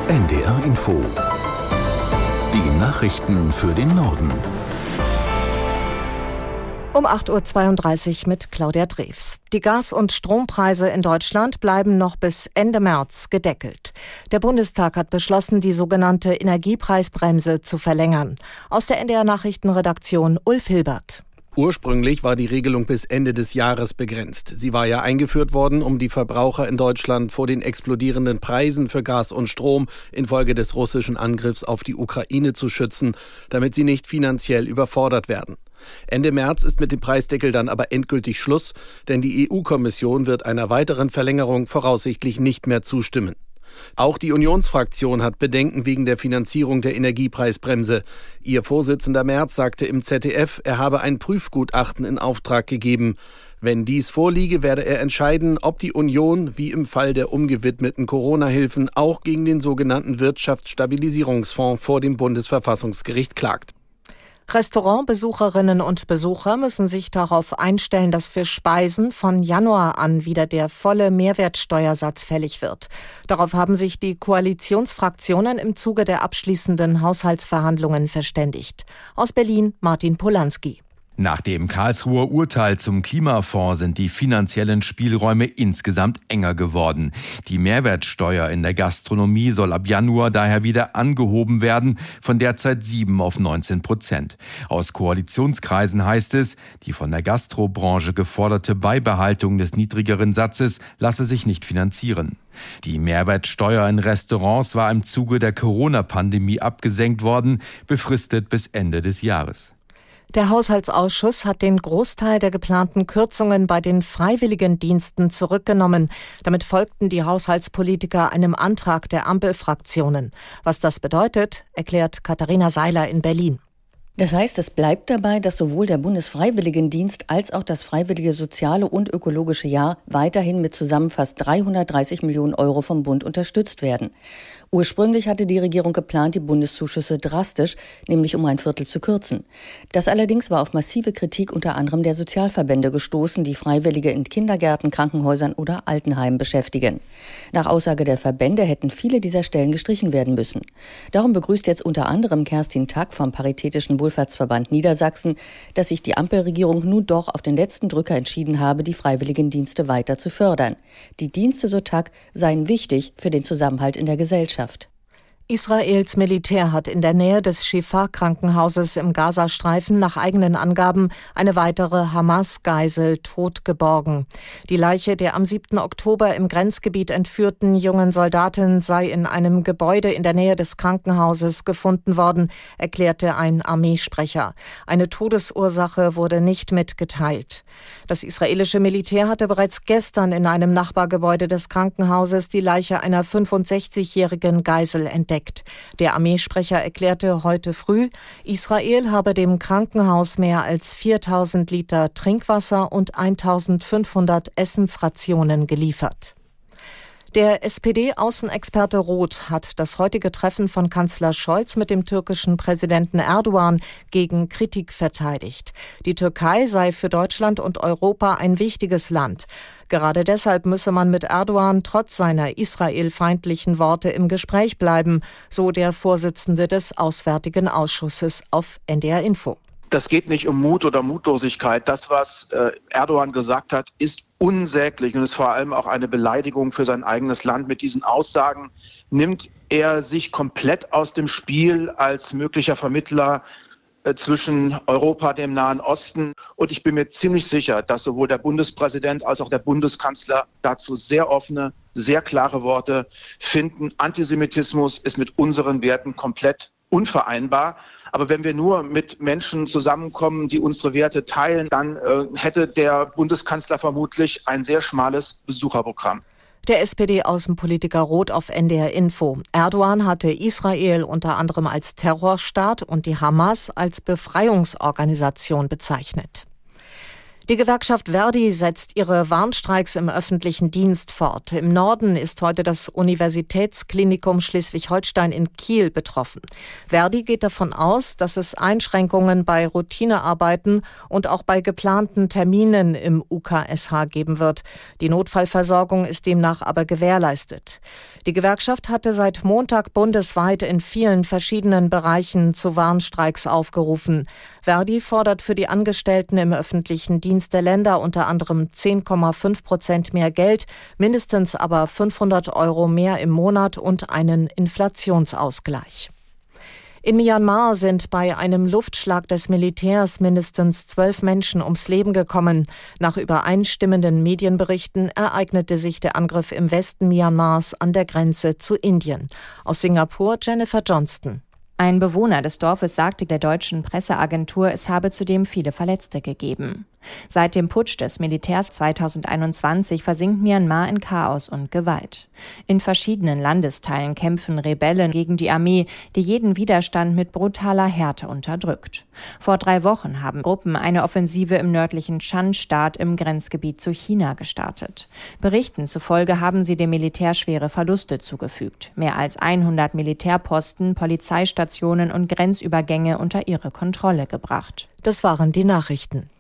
NDR Info. Die Nachrichten für den Norden. Um 8.32 Uhr mit Claudia Drews. Die Gas- und Strompreise in Deutschland bleiben noch bis Ende März gedeckelt. Der Bundestag hat beschlossen, die sogenannte Energiepreisbremse zu verlängern. Aus der NDR Nachrichtenredaktion Ulf Hilbert. Ursprünglich war die Regelung bis Ende des Jahres begrenzt. Sie war ja eingeführt worden, um die Verbraucher in Deutschland vor den explodierenden Preisen für Gas und Strom infolge des russischen Angriffs auf die Ukraine zu schützen, damit sie nicht finanziell überfordert werden. Ende März ist mit dem Preisdeckel dann aber endgültig Schluss, denn die EU-Kommission wird einer weiteren Verlängerung voraussichtlich nicht mehr zustimmen. Auch die Unionsfraktion hat Bedenken wegen der Finanzierung der Energiepreisbremse. Ihr Vorsitzender Merz sagte im ZDF, er habe ein Prüfgutachten in Auftrag gegeben. Wenn dies vorliege, werde er entscheiden, ob die Union, wie im Fall der umgewidmeten Corona-Hilfen, auch gegen den sogenannten Wirtschaftsstabilisierungsfonds vor dem Bundesverfassungsgericht klagt. Restaurantbesucherinnen und Besucher müssen sich darauf einstellen, dass für Speisen von Januar an wieder der volle Mehrwertsteuersatz fällig wird. Darauf haben sich die Koalitionsfraktionen im Zuge der abschließenden Haushaltsverhandlungen verständigt. Aus Berlin Martin Polanski. Nach dem Karlsruher Urteil zum Klimafonds sind die finanziellen Spielräume insgesamt enger geworden. Die Mehrwertsteuer in der Gastronomie soll ab Januar daher wieder angehoben werden, von derzeit 7 auf 19%. Aus Koalitionskreisen heißt es, die von der Gastrobranche geforderte Beibehaltung des niedrigeren Satzes lasse sich nicht finanzieren. Die Mehrwertsteuer in Restaurants war im Zuge der Corona-Pandemie abgesenkt worden, befristet bis Ende des Jahres. Der Haushaltsausschuss hat den Großteil der geplanten Kürzungen bei den Freiwilligendiensten zurückgenommen. Damit folgten die Haushaltspolitiker einem Antrag der Ampelfraktionen. Was das bedeutet, erklärt Katharina Seiler in Berlin. Das heißt, es bleibt dabei, dass sowohl der Bundesfreiwilligendienst als auch das Freiwillige Soziale und Ökologische Jahr weiterhin mit zusammen fast 330 Millionen Euro vom Bund unterstützt werden. Ursprünglich hatte die Regierung geplant, die Bundeszuschüsse drastisch, nämlich um 1/4 zu kürzen. Das allerdings war auf massive Kritik unter anderem der Sozialverbände gestoßen, die Freiwillige in Kindergärten, Krankenhäusern oder Altenheimen beschäftigen. Nach Aussage der Verbände hätten viele dieser Stellen gestrichen werden müssen. Darum begrüßt jetzt unter anderem Kerstin Tack vom Paritätischen Wohlfahrtsverband Niedersachsen, dass sich die Ampelregierung nun doch auf den letzten Drücker entschieden habe, die Freiwilligendienste weiter zu fördern. Die Dienste, so Tack, seien wichtig für den Zusammenhalt in der Gesellschaft. Israels Militär hat in der Nähe des Shifa-Krankenhauses im Gazastreifen nach eigenen Angaben eine weitere Hamas-Geisel tot geborgen. Die Leiche der am 7. Oktober im Grenzgebiet entführten jungen Soldatin sei in einem Gebäude in der Nähe des Krankenhauses gefunden worden, erklärte ein Armeesprecher. Eine Todesursache wurde nicht mitgeteilt. Das israelische Militär hatte bereits gestern in einem Nachbargebäude des Krankenhauses die Leiche einer 65-jährigen Geisel entdeckt. Der Armeesprecher erklärte heute früh, Israel habe dem Krankenhaus mehr als 4.000 Liter Trinkwasser und 1.500 Essensrationen geliefert. Der SPD-Außenexperte Roth hat das heutige Treffen von Kanzler Scholz mit dem türkischen Präsidenten Erdogan gegen Kritik verteidigt. Die Türkei sei für Deutschland und Europa ein wichtiges Land. Gerade deshalb müsse man mit Erdogan trotz seiner israelfeindlichen Worte im Gespräch bleiben, so der Vorsitzende des Auswärtigen Ausschusses auf NDR Info. Das geht nicht um Mut oder Mutlosigkeit. Das, was Erdogan gesagt hat, ist unsäglich und ist vor allem auch eine Beleidigung für sein eigenes Land. Mit diesen Aussagen nimmt er sich komplett aus dem Spiel als möglicher Vermittler zwischen Europa, dem Nahen Osten. Und ich bin mir ziemlich sicher, dass sowohl der Bundespräsident als auch der Bundeskanzler dazu sehr offene, sehr klare Worte finden. Antisemitismus ist mit unseren Werten komplett unvereinbar. Aber wenn wir nur mit Menschen zusammenkommen, die unsere Werte teilen, dann hätte der Bundeskanzler vermutlich ein sehr schmales Besucherprogramm. Der SPD-Außenpolitiker Roth auf NDR Info. Erdogan hatte Israel unter anderem als Terrorstaat und die Hamas als Befreiungsorganisation bezeichnet. Die Gewerkschaft Verdi setzt ihre Warnstreiks im öffentlichen Dienst fort. Im Norden ist heute das Universitätsklinikum Schleswig-Holstein in Kiel betroffen. Verdi geht davon aus, dass es Einschränkungen bei Routinearbeiten und auch bei geplanten Terminen im UKSH geben wird. Die Notfallversorgung ist demnach aber gewährleistet. Die Gewerkschaft hatte seit Montag bundesweit in vielen verschiedenen Bereichen zu Warnstreiks aufgerufen. Verdi fordert für die Angestellten im öffentlichen Dienst der Länder unter anderem 10,5% mehr Geld, mindestens aber 500 € mehr im Monat und einen Inflationsausgleich. In Myanmar sind bei einem Luftschlag des Militärs mindestens 12 Menschen ums Leben gekommen. Nach übereinstimmenden Medienberichten ereignete sich der Angriff im Westen Myanmars an der Grenze zu Indien. Aus Singapur Jennifer Johnston. Ein Bewohner des Dorfes sagte der deutschen Presseagentur, es habe zudem viele Verletzte gegeben. Seit dem Putsch des Militärs 2021 versinkt Myanmar in Chaos und Gewalt. In verschiedenen Landesteilen kämpfen Rebellen gegen die Armee, die jeden Widerstand mit brutaler Härte unterdrückt. Vor 3 Wochen haben Gruppen eine Offensive im nördlichen Shan-Staat im Grenzgebiet zu China gestartet. Berichten zufolge haben sie dem Militär schwere Verluste zugefügt. Mehr als 100 Militärposten, Polizeistationen und Grenzübergänge unter ihre Kontrolle gebracht. Das waren die Nachrichten.